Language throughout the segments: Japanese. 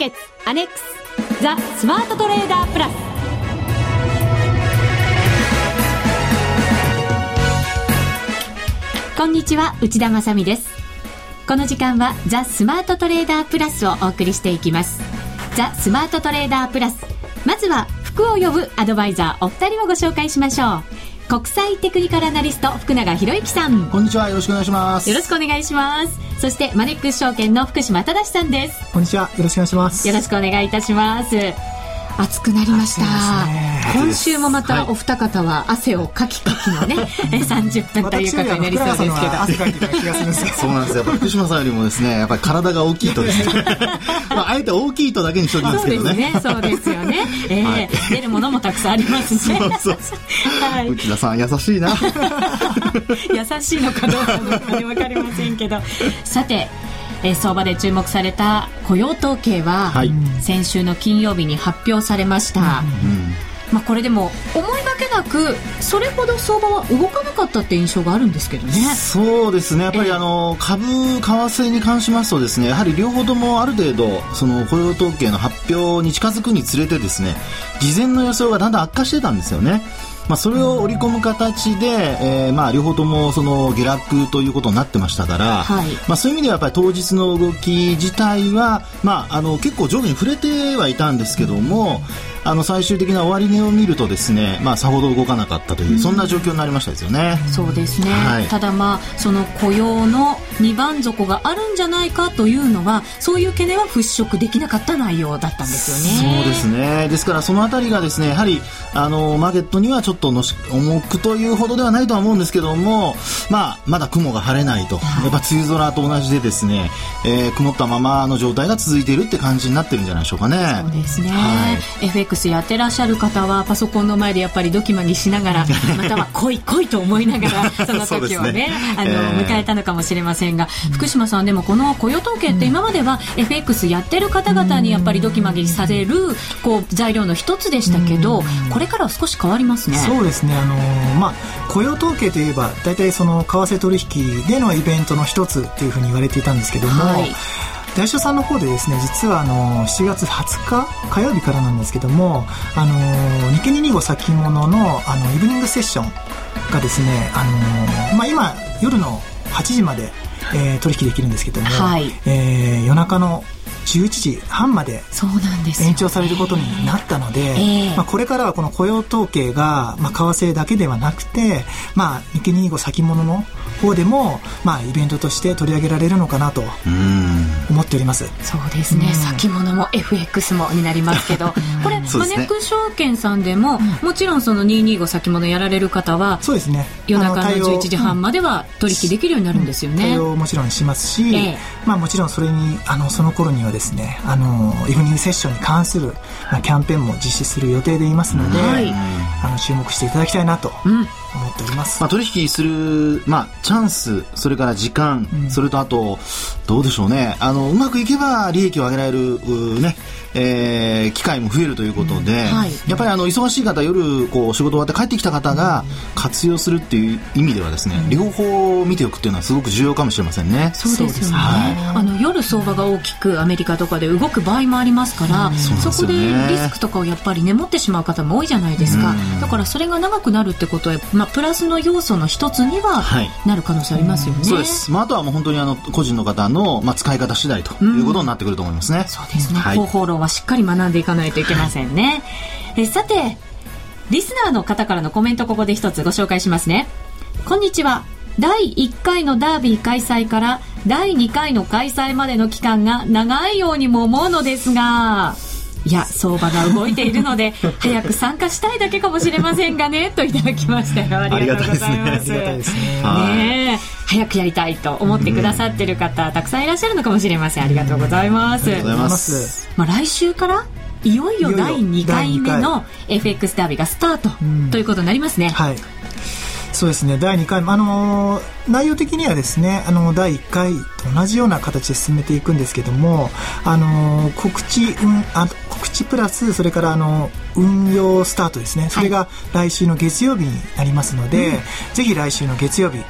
決アネックスザ・スマートトレーダープラス。こんにちは、内田まさみです。この時間はザ・スマートトレーダープラスをお送りしていきます。ザ・スマートトレーダープラス、まずは福を呼ぶアドバイザーお二人をご紹介しましょう。国際テクニカルアナリスト福永博之さん、 こんにちは、よろしくお願いします。 よろしくお願いします。そしてマネックス証券の福島正さんです。 こんにちは、よろしくお願いします。 よろしくお願いいたします。暑くなりました。今週もまたお二方は汗をかきかきのね、30分ということになりそうですけど、 汗かいてる気がするんですそうなんですよ。福島さんよりもですね、やっぱり体が大きいとですねあえて大きいとだけにしておきますけどね。 そうですよね。出るものもたくさんありますね。 そうはい、内田さん優しいな優しいのかどうか分かりませんけどさて、相場で注目された雇用統計は、先週の金曜日に発表されました。これでも思いがけなくそれほど相場は動かなかったって印象があるんですけどね。 そうですね、やっぱり株為替に関しますとですね、やはり両方ともある程度その雇用統計の発表に近づくにつれてですね、事前の予想がだんだん悪化してたんですよね。それを織り込む形で、両方ともその下落ということになってましたから、そういう意味ではやっぱり当日の動き自体は、結構上下に触れてはいたんですけども、最終的な終値を見るとですね、さほど動かなかったという、そんな状況になりましたですよね。 そうですね、ただその雇用の2番底があるんじゃないかというのは、そういう懸念は払拭できなかった内容だったんですよね。 そうですね。ですからそのあたりがですね、やはりマーケットにはちょっと重くというほどではないとは思うんですけども、まだ雲が晴れないと、やっぱ梅雨空と同じでですね、曇ったままの状態が続いているって感じになってるんじゃないでしょうかね。 そうですね、FX やってらっしゃる方はパソコンの前でやっぱりドキマギしながらまたは来い来いと思いながらその時をね迎えたのかもしれませんが、福島さん、でもこの雇用統計って今までは FX やってる方々にやっぱりドキマギされる材料の一つでしたけど、これからは少し変わりますね。 そうですね、雇用統計といえば大体その為替取引でのイベントの一つというふうに言われていたんですけども、大所さんの方でですね、実は7月20日火曜日からなんですけども、日経225先物のイブニングセッションがですね、今夜の8時まで、取引できるんですけども、夜中の11時半まで延長されることになったので、これからはこの雇用統計が、為替だけではなくて、日経225先物の方でも、イベントとして取り上げられるのかなと思っております。 そうですね、先物も FX もになりますけどこれ、マネックス証券さんでも、もちろんその225先物やられる方は、 そうですね、 夜中の11時半までは取引できるようになるんですよね。 対応もちろんしますし、もちろんそれにその頃にはですね、イブニングセッションに関する、キャンペーンも実施する予定でいますので、注目していただきたいなと思っております。 取引する、チャンス、それから時間、それとあとどうでしょうね、うまくいけば利益を上げられる機会も増えるということで、やっぱり忙しい方、夜仕事終わって帰ってきた方が活用するっていう意味ではですね、両方見ておくっていうのはすごく重要かもしれませんね。 そうですよね、夜相場が大きくアメリカとかで動く場合もありますから、そこでリスクとかをやっぱり持ってしまう方も多いじゃないですか。だからそれが長くなるってことは、プラスの要素の一つにはなる可能性ありますよね。 そうです。あとはもう本当に個人の方の、使い方次第ということになってくると思いますね。 そうですね、方法論はしっかり学んでいかないといけませんね。さて、リスナーの方からのコメント、ここで一つご紹介しますね。こんにちは。第1回のダービー開催から第2回の開催までの期間が長いようにも思うのですが、いや、相場が動いているので早く参加したいだけかもしれませんがねといただきましたよ。ありがとうございます。 ありがたいですね。 早くやりたいと思ってくださってる方、たくさんいらっしゃるのかもしれません。ありがとうございます。 ありがとうございます。 来週からいよいよ第2回目の FX ダービーがスタートということになりますね。 そうですね、第2回、内容的にはですね、第1回と同じような形で進めていくんですけども、告知プラス、それから運用スタートですね、それが来週の月曜日になりますので、ぜひ来週の月曜日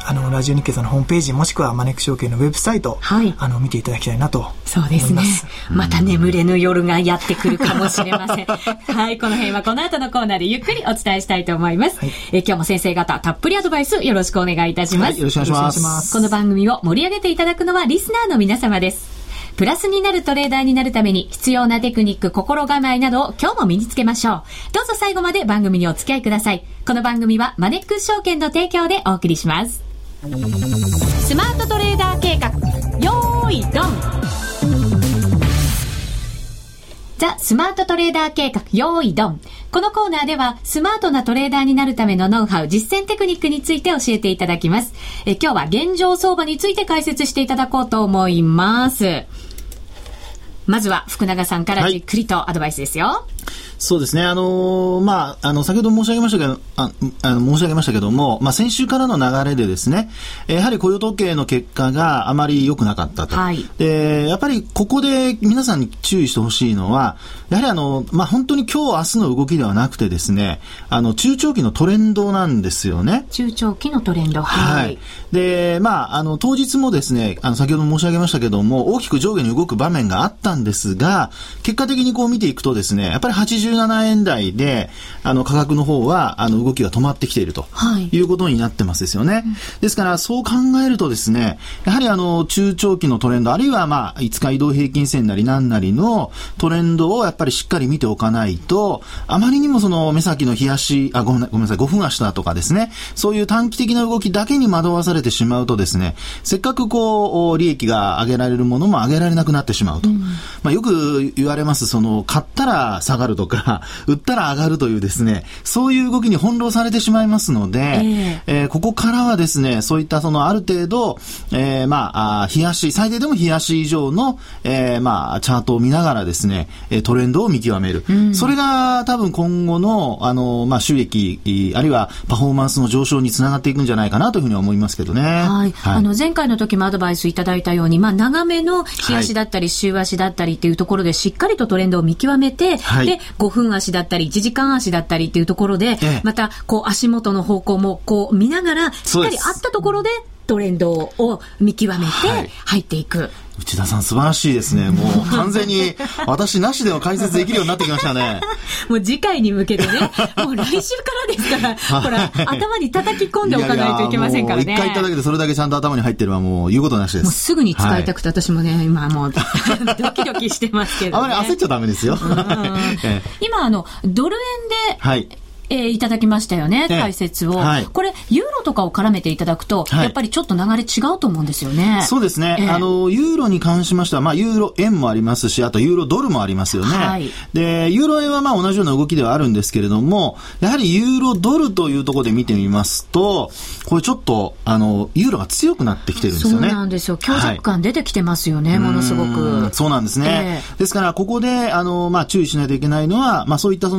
ラジオ日経さんのホームページもしくはマネック証券のウェブサイト、見ていただきたいなと思います。 そうですね。また眠れぬ夜がやってくるかもしれません。はい、この辺はこの後のコーナーでゆっくりお伝えしたいと思います。今日も先生方たっぷりアドバイスよろしくお願いいたします。 よろしくお願いします。 この番組を盛り上げていただくのはリスナーの皆様です。プラスになるトレーダーになるために必要なテクニック、心構えなどを今日も身につけましょう。どうぞ最後まで番組にお付き合いください。この番組はマネックス証券の提供でお送りします。スマートトレーダー計画、よーいドン。ザ・スマートトレーダー計画、よーいドン。このコーナーではスマートなトレーダーになるためのノウハウ、実践テクニックについて教えていただきます。今日は現状相場について解説していただこうと思います。まずは福永さんからじっくりとアドバイスですよ。 そうですね。先ほど申し上げましたけども、先週からの流れでですね、やはり雇用統計の結果があまり良くなかったと。で、やっぱりここで皆さんに注意してほしいのは、やはり本当に今日明日の動きではなくてですね、中長期のトレンドなんですよね。 中長期のトレンド。 で、当日もですね、先ほど申し上げましたけども、大きく上下に動く場面があったんですが、結果的にこう見ていくとですね、やっぱり87円台で価格の方は動きが止まってきているということになってますですよね。ですからそう考えるとですね、やはり中長期のトレンド、あるいは5日移動平均線なり何なりのトレンドをやっぱりしっかり見ておかないと、あまりにもその目先のごめんなさい、5分足だとかですね、そういう短期的な動きだけに惑わされてしまうとですね、せっかく利益が上げられるものも上げられなくなってしまうと。よく言われます、買ったら下がるとか売ったら上がるというですね、そういう動きに翻弄されてしまいますので、ここからはですね、そういったある程度、日足、最低でも日足以上の、チャートを見ながらですね、トレンドを見極める。それが多分今後の、収益、あるいはパフォーマンスの上昇につながっていくんじゃないかなというふうには思いますけどね。 前回の時もアドバイスいただいたように、長めの日足だったり週足だったりっていうところでしっかりとトレンドを見極めて、で、5分足だったり1時間足だったりっていうところで、また足元の方向も見ながらしっかりあったところでトレンドを見極めて入っていく。 内田さん素晴らしいですね。もう完全に私なしでの解説できるようになってきましたね。 もう次回に向けてね、もう来週からですから、ほら、頭に叩き込んでおかないといけませんからね。 一回言っただけでそれだけちゃんと頭に入ってるはもう言うことなしです。 もうすぐに使いたくて、私もね、今もうドキドキしてますけどね。 あまり焦っちゃダメですよ。 今ドル円で、いただきましたよね、解説を。これユーロとかを絡めていただくと、やっぱりちょっと流れ違うと思うんですよね。 そうですね。ユーロに関しましては、ユーロ円もありますし、あとユーロドルもありますよね。で、ユーロ円は同じような動きではあるんですけれども、やはりユーロドルというところで見てみますと、これちょっとユーロが強くなってきてるんですよね。 そうなんですよ。強弱感出てきてますよね、ものすごく。 そうなんですね。ですからここで注意しないといけないのは、そういった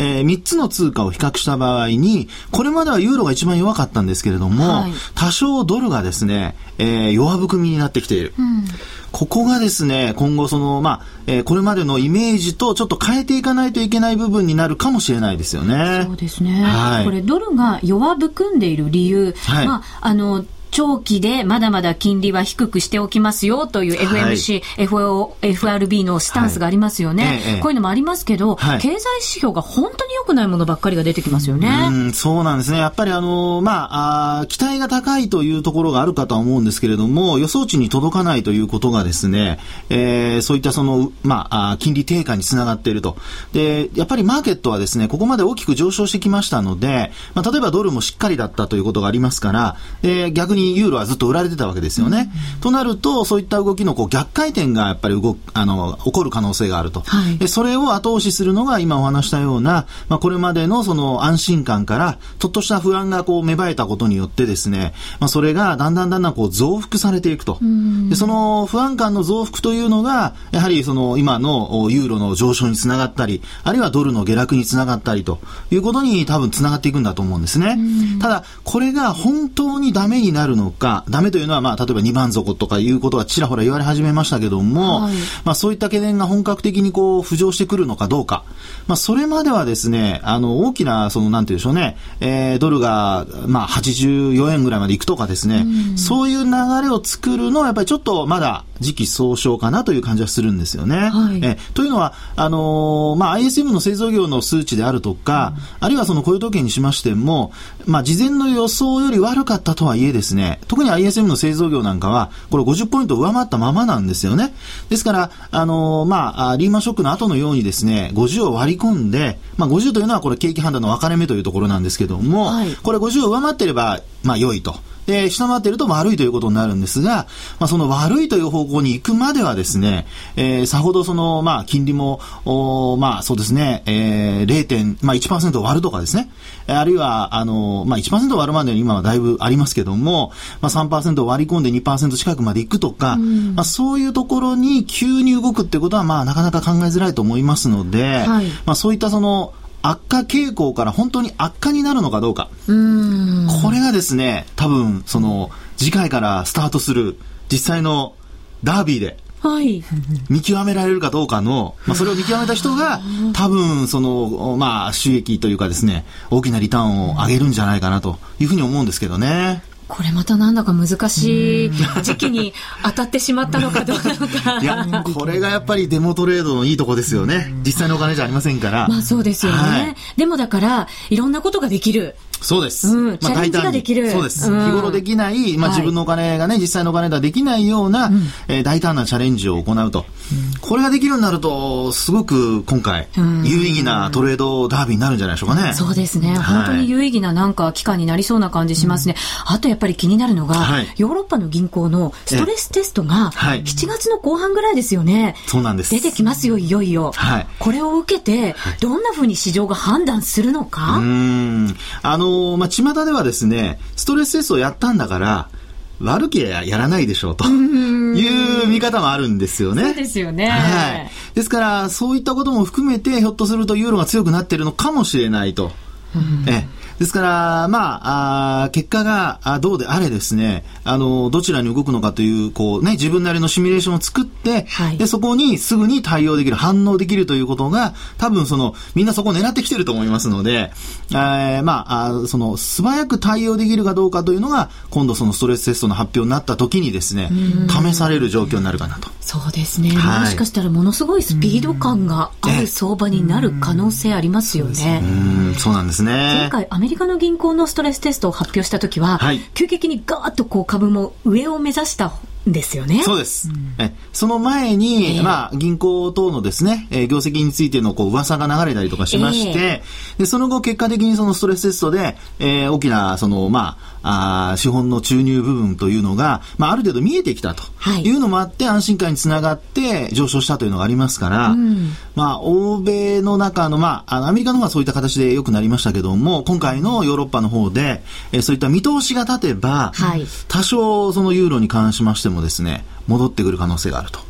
3つの通貨を比較した場合に、これまではユーロが一番弱かったんですけれども、多少ドルがですね、弱含みになってきている。ここがですね、今後これまでのイメージとちょっと変えていかないといけない部分になるかもしれないですよね。 そうですね。これドルが弱含んでいる理由、長期でまだまだ金利は低くしておきますよという FMC、FRB のスタンスがありますよね。こういうのもありますけど、経済指標が本当に良くないものばっかりが出てきますよね。 そうなんですね。やっぱり期待が高いというところがあるかとは思うんですけれども、予想値に届かないということがですね、そういった金利低下につながっていると。で、やっぱりマーケットはですね、ここまで大きく上昇してきましたので、例えばドルもしっかりだったということがありますから、逆にユーロはずっと売られてたわけですよね。となると、そういった動きの逆回転がやっぱり起こる可能性があると。で、それを後押しするのが今お話したような、これまでのその安心感からちょっとした不安が芽生えたことによってですね、それがだんだん増幅されていくと。で、その不安感の増幅というのがやはり今のユーロの上昇につながったり、あるいはドルの下落につながったりということに多分つながっていくんだと思うんですね。ただこれが本当にダメになるるのか、ダメというのは、例えば2番底とかいうことがちらほら言われ始めましたけども、そういった懸念が本格的に浮上してくるのかどうか。それまではですね、大きな、なんて言うんでしょうね、ドルが、84円ぐらいまで行くとかですね、そういう流れを作るのは、やっぱりちょっとまだ時期尚早かなという感じはするんですよね。というのは、ISM の製造業の数値であるとか、あるいはその雇用統計にしましても、事前の予想より悪かったとはいえですね、特に ISM の製造業なんかは、これ50ポイント上回ったままなんですよね。ですから、リーマンショックの後のようにですね、50を割り込んで、50というのはこれ景気判断の分かれ目というところなんですけども、これ50を上回っていれば、良いと。で、下回っていると悪いということになるんですが、その悪いという方向に行くまではですね、さほど金利も、そうですね、1% 割るとかですね、あるいは、1% 割るまでに今はだいぶありますけども、3% 割り込んで 2% 近くまで行くとか、そういうところに急に動くってことは、なかなか考えづらいと思いますので、そういった悪化傾向から本当に悪化になるのかどうか。これがですね、多分、次回からスタートする実際のダービーで、見極められるかどうかの、それを見極めた人が、多分、収益というかですね、大きなリターンを上げるんじゃないかなというふうに思うんですけどね。 これまたなんだか難しい時期に当たってしまったのかどうなのか。 いや、これがやっぱりデモトレードのいいとこですよね。実際のお金じゃありませんから。 そうですよね。でもだから、いろんなことができる。 そうです。 チャレンジができる。 そうです。日頃できない、自分のお金がね、実際のお金ではできないような、大胆なチャレンジを行うと。これができるようになると、すごく今回、有意義なトレードダービーになるんじゃないでしょうかね。 そうですね。本当に有意義な期間になりそうな感じしますね。あとやっぱり気になるのが、ヨーロッパの銀行のストレステストが、7月の後半ぐらいですよね。 そうなんです。 出てきますよ、いよいよ。これを受けて、どんな風に市場が判断するのか。 巷ではですね、ストレステストをやったんだから、悪けりゃやらないでしょうという見方もあるんですよね。 そうですよね。 ですから、そういったことも含めて、ひょっとするとユーロが強くなっているのかもしれないと。ですから、結果がどうであれですね、どちらに動くのかという、自分なりのシミュレーションを作って、で、そこにすぐに対応できる、反応できるということが、多分みんなそこを狙ってきてると思いますので、素早く対応できるかどうかというのが、今度ストレステストの発表になった時にですね、試される状況になるかなと。 そうですね。もしかしたらものすごいスピード感がある相場になる可能性ありますよね。 そうなんですね。 前回アメリカの銀行のストレステストを発表したときは、急激にガーッと株も上を目指したんですよね。 そうです。その前に、銀行等のですね、業績についての噂が流れたりとかしまして、でその後結果的にストレステストで、大きな資本の注入部分というのが、ある程度見えてきたというのもあって、安心感につながって上昇したというのがありますから、欧米の中の、アメリカの方がそういった形で良くなりましたけども、今回のヨーロッパの方で、そういった見通しが立てば、多少ユーロに関しましてもですね、戻ってくる可能性があると。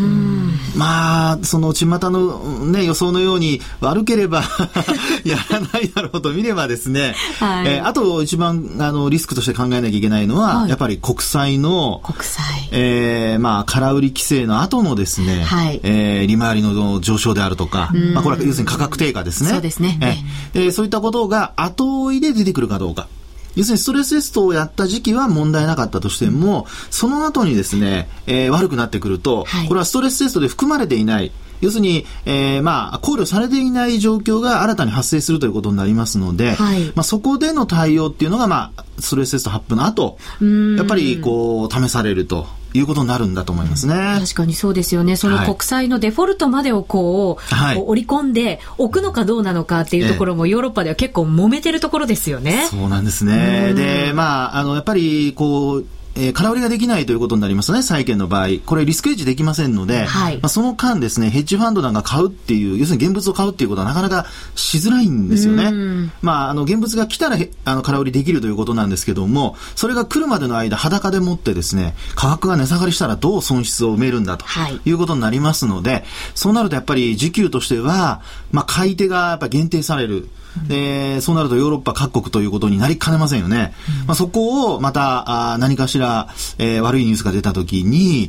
巷のね、予想のように悪ければやらないだろうと見ればですね、あと一番リスクとして考えなきゃいけないのは、やっぱり国債の空売り規制の後のですね、利回りの上昇であるとか、これは要するに価格低下ですね。 そうですね。 そういったことが後追いで出てくるかどうか。要するにストレステストをやった時期は問題なかったとしても、その後にですね、悪くなってくると、これはストレステストで含まれていない、要するに、考慮されていない状況が新たに発生するということになりますので、そこでの対応っていうのが、ストレステスト発布の後、やっぱり試されるということになるんだと思いますね。 確かにそうですよね。その国債のデフォルトまでを織り込んで置くのかどうなのかっていうところもヨーロッパでは結構揉めてるところですよね。 そうなんですね。で、やっぱり空売りができないということになりますね、債券の場合。これリスクヘッジできませんので、はい、その間ですね、ヘッジファンドなんか買うっていう、要するに現物を買うっていうことはなかなかしづらいんですよね。現物が来たら空売りできるということなんですけども、それが来るまでの間、裸でもってですね、価格が値下がりしたらどう損失を埋めるんだということになりますので、そうなるとやっぱり需給としては、買い手がやっぱ限定される。そうなるとヨーロッパ各国ということになりかねませんよね。そこをまた何かしら、悪いニュースが出たときに、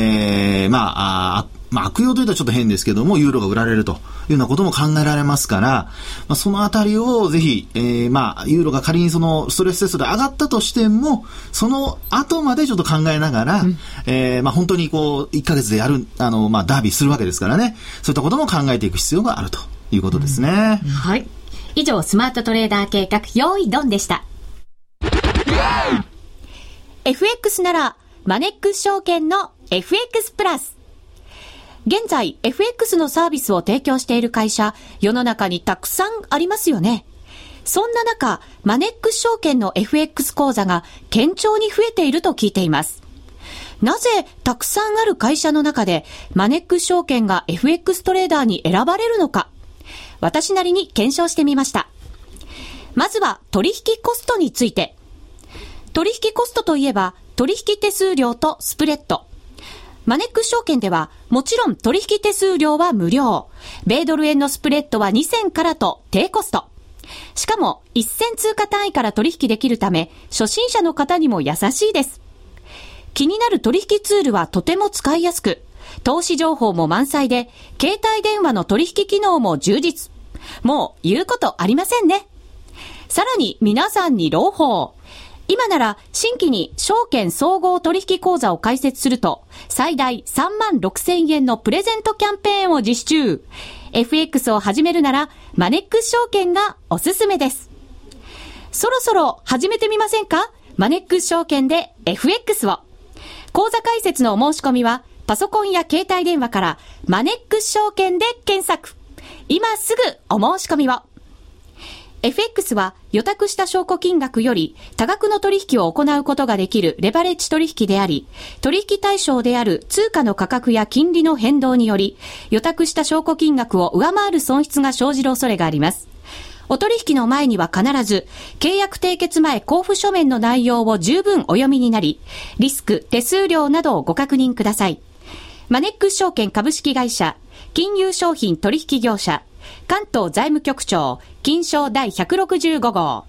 悪用というとちょっと変ですけども、ユーロが売られるというようなことも考えられますから、そのあたりをぜひ、ユーロが仮にそのストレステストで上がったとしても、その後までちょっと考えながら、本当にこう1ヶ月でやるダービーするわけですからね、そういったことも考えていく必要があるということですね。 はい。以上、スマートトレーダー計画用意ドンでした。FX ならマネックス証券の FX プラス。現在 FX のサービスを提供している会社、世の中にたくさんありますよね。そんな中、マネックス証券の FX 口座が堅調に増えていると聞いています。なぜたくさんある会社の中でマネックス証券が FX トレーダーに選ばれるのか、私なりに検証してみました。まずは取引コストについて。取引コストといえば取引手数料とスプレッド。マネックス証券ではもちろん取引手数料は無料。米ドル円のスプレッドは2銭からと低コスト。しかも1銭通貨単位から取引できるため初心者の方にも優しいです。気になる取引ツールはとても使いやすく、投資情報も満載で、携帯電話の取引機能も充実。もう言うことありませんね。さらに皆さんに朗報。今なら新規に証券総合取引口座を開設すると、最大36,000円のプレゼントキャンペーンを実施中。FX を始めるならマネックス証券がおすすめです。そろそろ始めてみませんか？マネックス証券で FX を。口座開設のお申し込みはパソコンや携帯電話からマネックス証券で検索。今すぐお申し込みを。FX は予託した証拠金額より多額の取引を行うことができるレバレッジ取引であり、取引対象である通貨の価格や金利の変動により、予託した証拠金額を上回る損失が生じる恐れがあります。お取引の前には必ず、契約締結前交付書面の内容を十分お読みになり、リスク、手数料などをご確認ください。マネックス証券株式会社、金融商品取引業者、関東財務局長、金商第165号。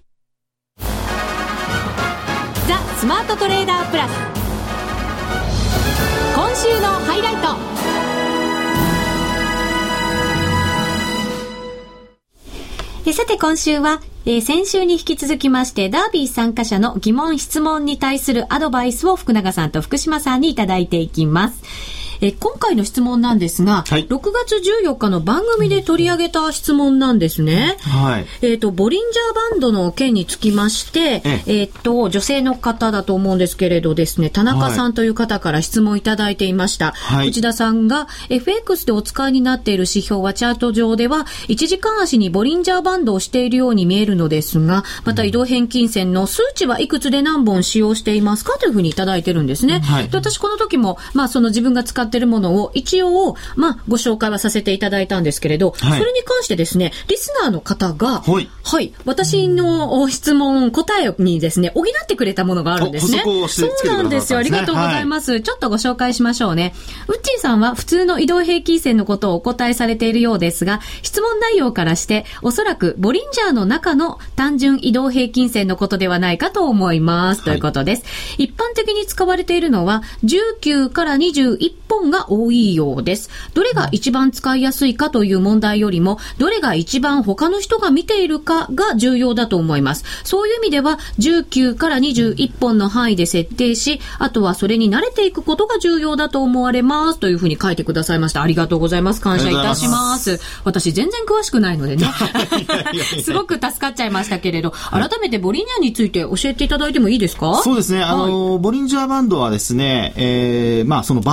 ザ・スマートトレーダープラス。今週のハイライト。さて今週は、先週に引き続きましてダービー参加者の疑問質問に対するアドバイスを福永さんと福島さんにいただいていきます。今回の質問なんですが、はい、6月14日の番組で取り上げた質問なんですね。はい。ボリンジャーバンドの件につきまして、女性の方だと思うんですけれどですね、田中さんという方から質問いただいていました。はい、内田さんが FX でお使いになっている指標はチャート上では1時間足にボリンジャーバンドをしているように見えるのですが、また移動平均線の数値はいくつで何本使用していますかというふうにいただいてるんですね。はい、で私この時も、その自分が使っているものを一応、ご紹介はさせていただいたんですけれど、はい、それに関してですね、リスナーの方が、はい、私の質問、答えにですね、補ってくれたものがあるんですね。そうなんですよ。ありがとうございます。はい、ちょっとご紹介しましょうね。ウッチーさんは普通の移動平均線のことをお答えされているようですが、質問内容からして、おそらくボリンジャーの中の単純移動平均線のことではないかと思います。はい、ということです。一般的に使われているのは、19から21本が多いようです。どれが一番使いやすいかという問題よりも、どれが一番他の人が見ているかが重要だと思います。そういう意味では、19から21本の範囲で設定し、あとはそれに慣れていくことが重要だと思われます。というふうに書いてくださいました。ありがとうございます。感謝いたします。私全然詳しくないのでね。すごく助かっちゃいましたけれど、改めてボリンジャーについて教えていただいてもいいですか？ そうですね。ボリンジャーバンドはですね、そのバンドとい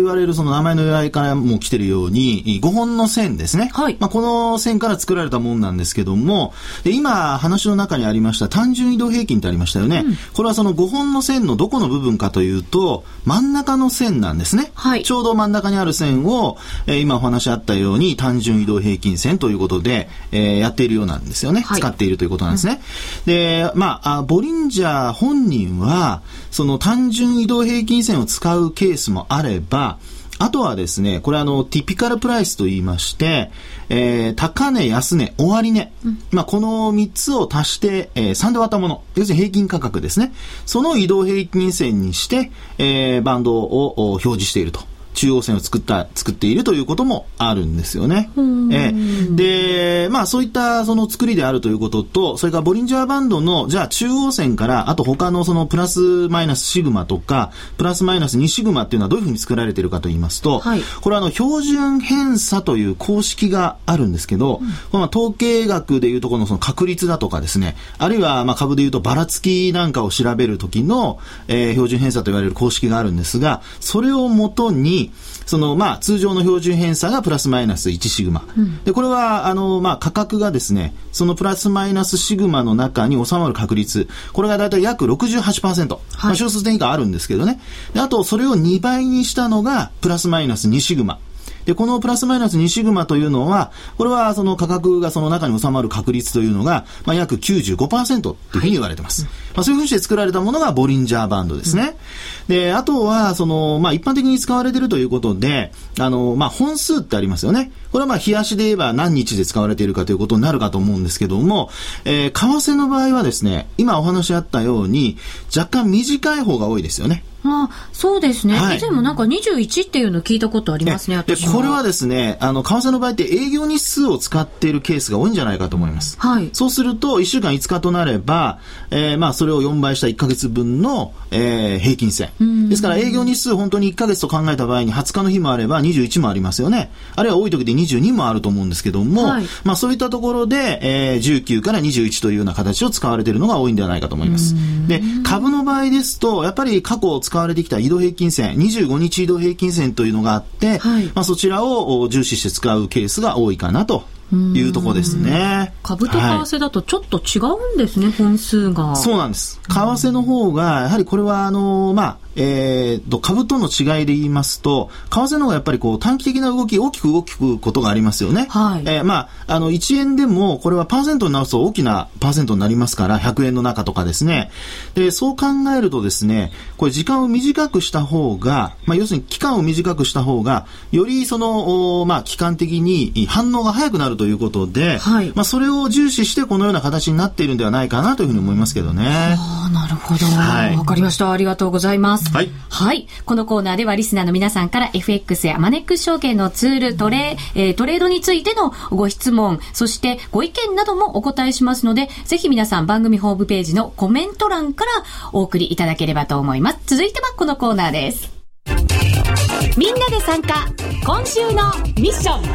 言われるその名前の由来からも来てるように、5本の線ですね。 はい。 この線から作られたものなんですけども、今話の中にありました単純移動平均ってありましたよね。これはその5本の線のどこの部分かというと、真ん中の線なんですね。 はい。 ちょうど真ん中にある線を、今お話あったように単純移動平均線ということで、やっているようなんですよね。はい、使っているということなんですね。で、ボリンジャー本人は、その単純移動平均線を使うケースもあれば、あとはですね、これティピカルプライスと言いまして、高値、安値、終値。この3つを足して、3で割ったもの。要するに平均価格ですね。その移動平均線にして、バンドを表示していると。中央線を作っているということもあるんですよね。で、そういったその作りであるということと、それからボリンジャーバンドの、じゃあ中央線から、あと他のそのプラスマイナスシグマとか、プラスマイナス2シグマっていうのはどういうふうに作られているかと言いますと、はい、これは標準偏差という公式があるんですけど、この統計学でいうところのその確率だとかですね、あるいは株でいうとばらつきなんかを調べるときの、標準偏差と言われる公式があるんですが、それをもとに、その通常の標準偏差がプラスマイナス1シグマ、でこれは価格がですね、そのプラスマイナスシグマの中に収まる確率、これがだいたい約 68%、小数点以下あるんですけどね。であとそれを2倍にしたのがプラスマイナス2シグマで、このプラスマイナス2シグマというのは、これはその価格がその中に収まる確率というのが、約 95% というふうに言われています。そういうふうにして作られたものがボリンジャーバンドですね。で、あとは、その、一般的に使われているということで、本数ってありますよね。これは日足で言えば何日で使われているかということになるかと思うんですけども、為替の場合はですね、今お話あったように、若干短い方が多いですよね。 そうですね、はい、以前もなんか21っていうの聞いたことありますね。 でこれはですね、為替の場合って営業日数を使っているケースが多いんじゃないかと思います、はい、そうすると1週間5日となれば、それを4倍した1ヶ月分の、平均線ですから、営業日数本当に1ヶ月と考えた場合に20日の日もあれば21もありますよね。あるいは多い時で22もあると思うんですけども、はい、そういったところで、19から21というような形を使われているのが多いんではないかと思います。で、株の場合ですとやっぱり過去使われてきた移動平均線、25日移動平均線というのがあって、はい、そちらを重視して使うケースが多いかなというところですね。 株と為替だとちょっと違うんですね、本数が。 そうなんです。為替の方がやはりこれは株との違いで言いますと、為替の方がやっぱり短期的な動き、大きく動くことがありますよね。はい。1円でもこれはパーセントに直すと大きなパーセントになりますから、100円の中とかですね。で、そう考えるとですね、これ時間を短くした方が、要するに期間を短くした方が、よりその、期間的に反応が早くなるということで、はい、それを重視してこのような形になっているんではないかなというふうに思いますけどね。 なるほど。はい。わかりました。ありがとうございます。はい。はい。このコーナーではリスナーの皆さんから FX やマネックス証券のツール、トレードについてのご質問、そしてご意見などもお答えしますので、ぜひ皆さん番組ホームページのコメント欄からお送りいただければと思います。続いてはこのコーナーです。みんなで参加、今週のミッション。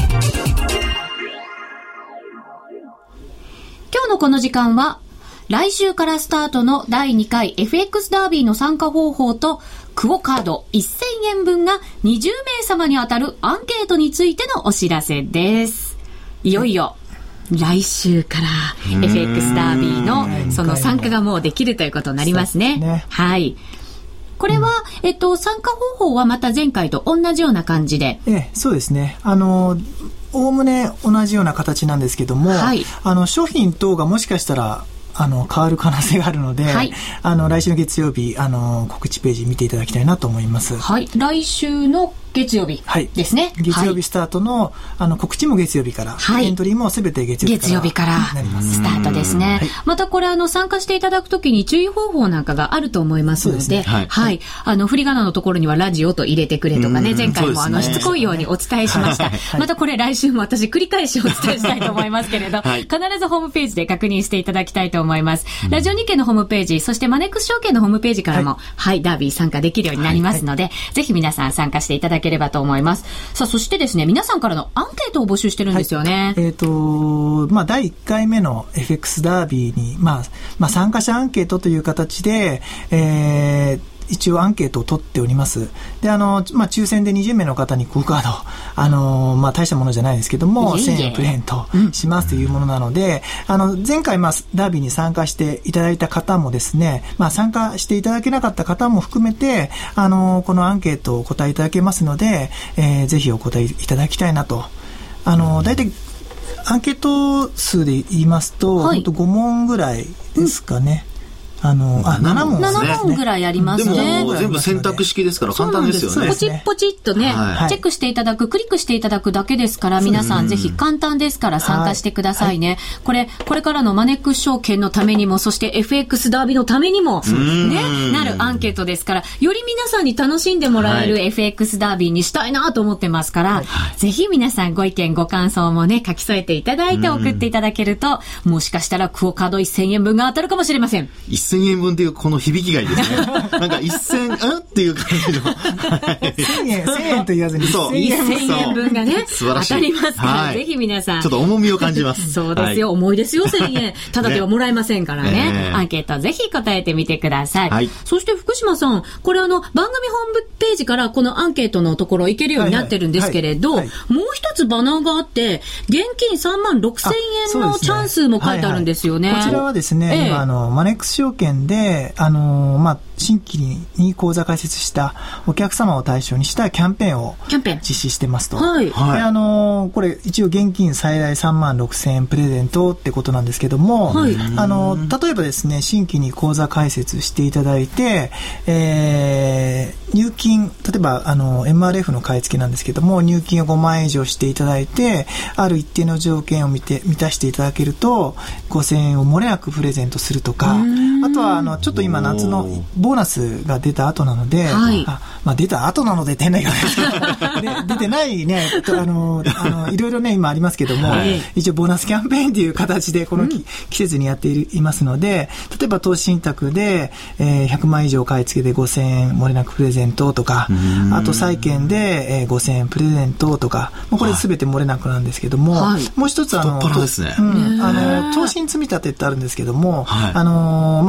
今日のこの時間は、来週からスタートの第2回 FX ダービーの参加方法と、クオカード1000円分が20名様に当たるアンケートについてのお知らせです。いよいよ来週から FX ダービーのその参加がもうできるということになりますね。はい。これは、参加方法はまた前回と同じような感じで。 そうですね。おおむね同じような形なんですけども、はい、商品等がもしかしたら変わる可能性があるので、はい、来週の月曜日告知ページ見ていただきたいなと思います。 はい、来週の月曜日ですね。 はい、月曜日スタートの、告知も月曜日から、はい、エントリーもすべて月曜日からなります。 スタートですね。はい、またこれ参加していただくときに注意方法なんかがあると思いますの で、はい、はい、振り仮名のところにはラジオと入れてくれとかね、前回もしつこいようにお伝えしました。はい、またこれ来週も私繰り返しお伝えしたいと思いますけれど、はい、必ずホームページで確認していただきたいと思います。ラジオ日経のホームページ、そしてマネックス証券のホームページからも、はい、はい、ダービー参加できるようになりますので、はい、ぜひ皆さん参加していただければと思います。さあ、そしてですね、皆さんからのアンケートを募集してるんですよね。 はい、第1回目の FX ダービーに、参加者アンケートという形で、 一応アンケートを取っております。で、抽選で20名の方にクオカード、大したものじゃないですけども、1000円プレゼントしますというものなので、前回、ダービーに参加していただいた方もですね、参加していただけなかった方も含めて、このアンケートをお答えいただけますので、ぜひお答えいただきたいなと。大体、アンケート数で言いますと、 はい、 本当5問ぐらいですかね。7問ですね。 7問ぐらいありますね。 でも全部選択式ですから簡単ですよね。 ポチッポチッとね、はい、チェックしていただく、クリックしていただくだけですから、皆さんぜひ簡単ですから参加してくださいね。はい、これからのマネックス証券のためにも、そして FX ダービーのためにも、ね、なるアンケートですから、より皆さんに楽しんでもらえる FX ダービーにしたいなと思ってますから、はい、ぜひ皆さんご意見ご感想もね、書き添えていただいて送っていただけると、もしかしたらクオカード1000円分が当たるかもしれません。 1000円分っていうこの響きがいいですね。なんか1000っていう感じの。 1000円と言わずに 1000円分がね、当たりますから、 はい、 ぜひ皆さん。 ちょっと重みを感じます。 そうですよ、はい、重いですよ、1000円。ただではもらえませんからね。アンケートぜひ答えてみてください。はい、そして福島さん、これ番組ホームページからこのアンケートのところ行けるようになってるんですけれど、もう一つバナーがあって、現金36,000円のチャンスも書いてあるんですよね。 こちらはですね、今マネックス証券で、新規に口座開設したお客様を対象にしたキャンペーンを実施してますと。はい。で、これ一応現金最大36,000円プレゼントってことなんですけども、はい、例えばですね、新規に口座開設していただいて、入金、例えばMRF の買い付けなんですけども、入金を5万円以上していただいて、ある一定の条件を満たしていただけると、5,000円を漏れなくプレゼントするとか、あとはちょっと今夏のボーナスが出た後なので、はい、出た後なのでって変な言い方ですけど、出てないね、いろいろね、今ありますけども、はい、一応ボーナスキャンペーンという形でこの季節にやっていますので、例えば投資信託で、100万以上買い付けで5,000円漏れなくプレゼントとか、あと債券で、5,000円プレゼントとか、これ全て漏れなくなんですけども、はい、もう一つですね、 投資積み立てってあるんですけども、はい、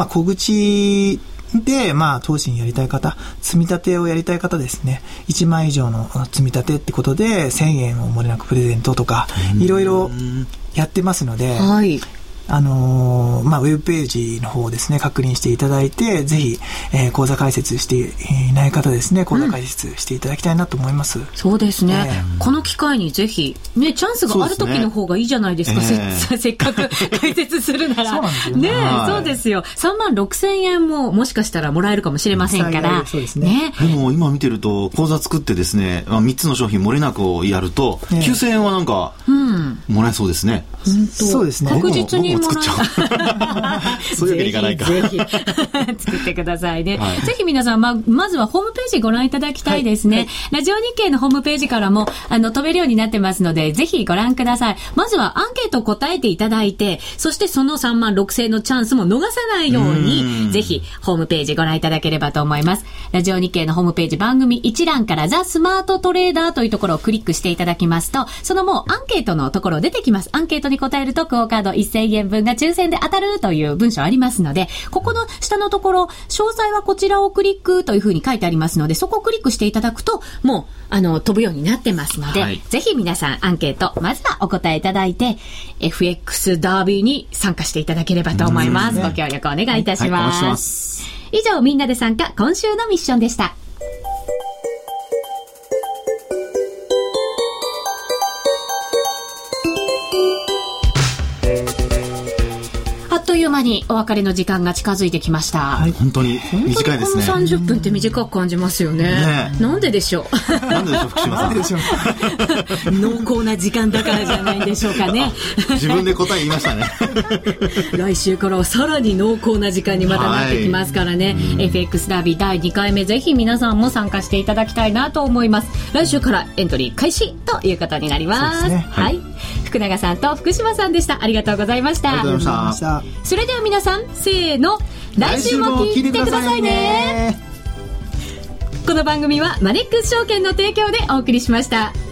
小口で、投資にやりたい方、積み立てをやりたい方ですね、1万以上の積み立てってことで1000円を漏れなくプレゼントとか、いろいろやってますので、はい、ウェブページの方をですね、確認していただいて、ぜひ、口座開設していない方ですね、口座開設していただきたいなと思います。 そうですね。この機会にぜひ、ね、チャンスがある時の方がいいじゃないですか。せっかく開設するなら。 そうなんですよね。 そうですよ。36,000円ももしかしたらもらえるかもしれませんから。 そうですね。 でも今見てると、口座作ってですね、3つの商品漏れなくをやると、9,000円はなんか、もらえそうですね。 そうですね。 確実に作っちゃう。そういうわけにいかないか。 ぜひ作ってくださいね。はい、ぜひ皆さん、まずはホームページご覧いただきたいですね。はいはい、ラジオ日経のホームページからも飛べるようになってますので、ぜひご覧ください。まずはアンケートを答えていただいて、そしてその36,000円のチャンスも逃さないように、ぜひホームページご覧いただければと思います。ラジオ日経のホームページ番組一覧からザ・スマートトレーダーというところをクリックしていただきますと、そのもうアンケートのところ出てきます。アンケートに答えるとクオカード1000円分が抽選で当たるという文章ありますので、ここの下のところ、詳細はこちらをクリックというふうに書いてありますので、そこをクリックしていただくと、もう、飛ぶようになってますので、はい、ぜひ皆さんアンケート、まずはお答えいただいて、FX ダービーに参加していただければと思います。ご協力お願いいたします。はいはい、以上、みんなで参加、今週のミッションでした。という間にお別れの時間が近づいてきました。 はい、本当に短いですね。 この30分って短く感じますよね。なんででしょう。 なんででしょう、福島さん。なんででしょう。 濃厚な時間だからじゃないんでしょうかね。 自分で答え言いましたね。 来週からはさらに濃厚な時間にまたなってきますからね。FX ダービー第2回目、ぜひ皆さんも参加していただきたいなと思います。来週からエントリー開始ということになります。そうですね。はい。福永さんと福島さんでした。ありがとうございました。 ありがとうございました。 それでは皆さん、せーの、来週も聞いてくださいね。この番組はマネックス証券の提供でお送りしました。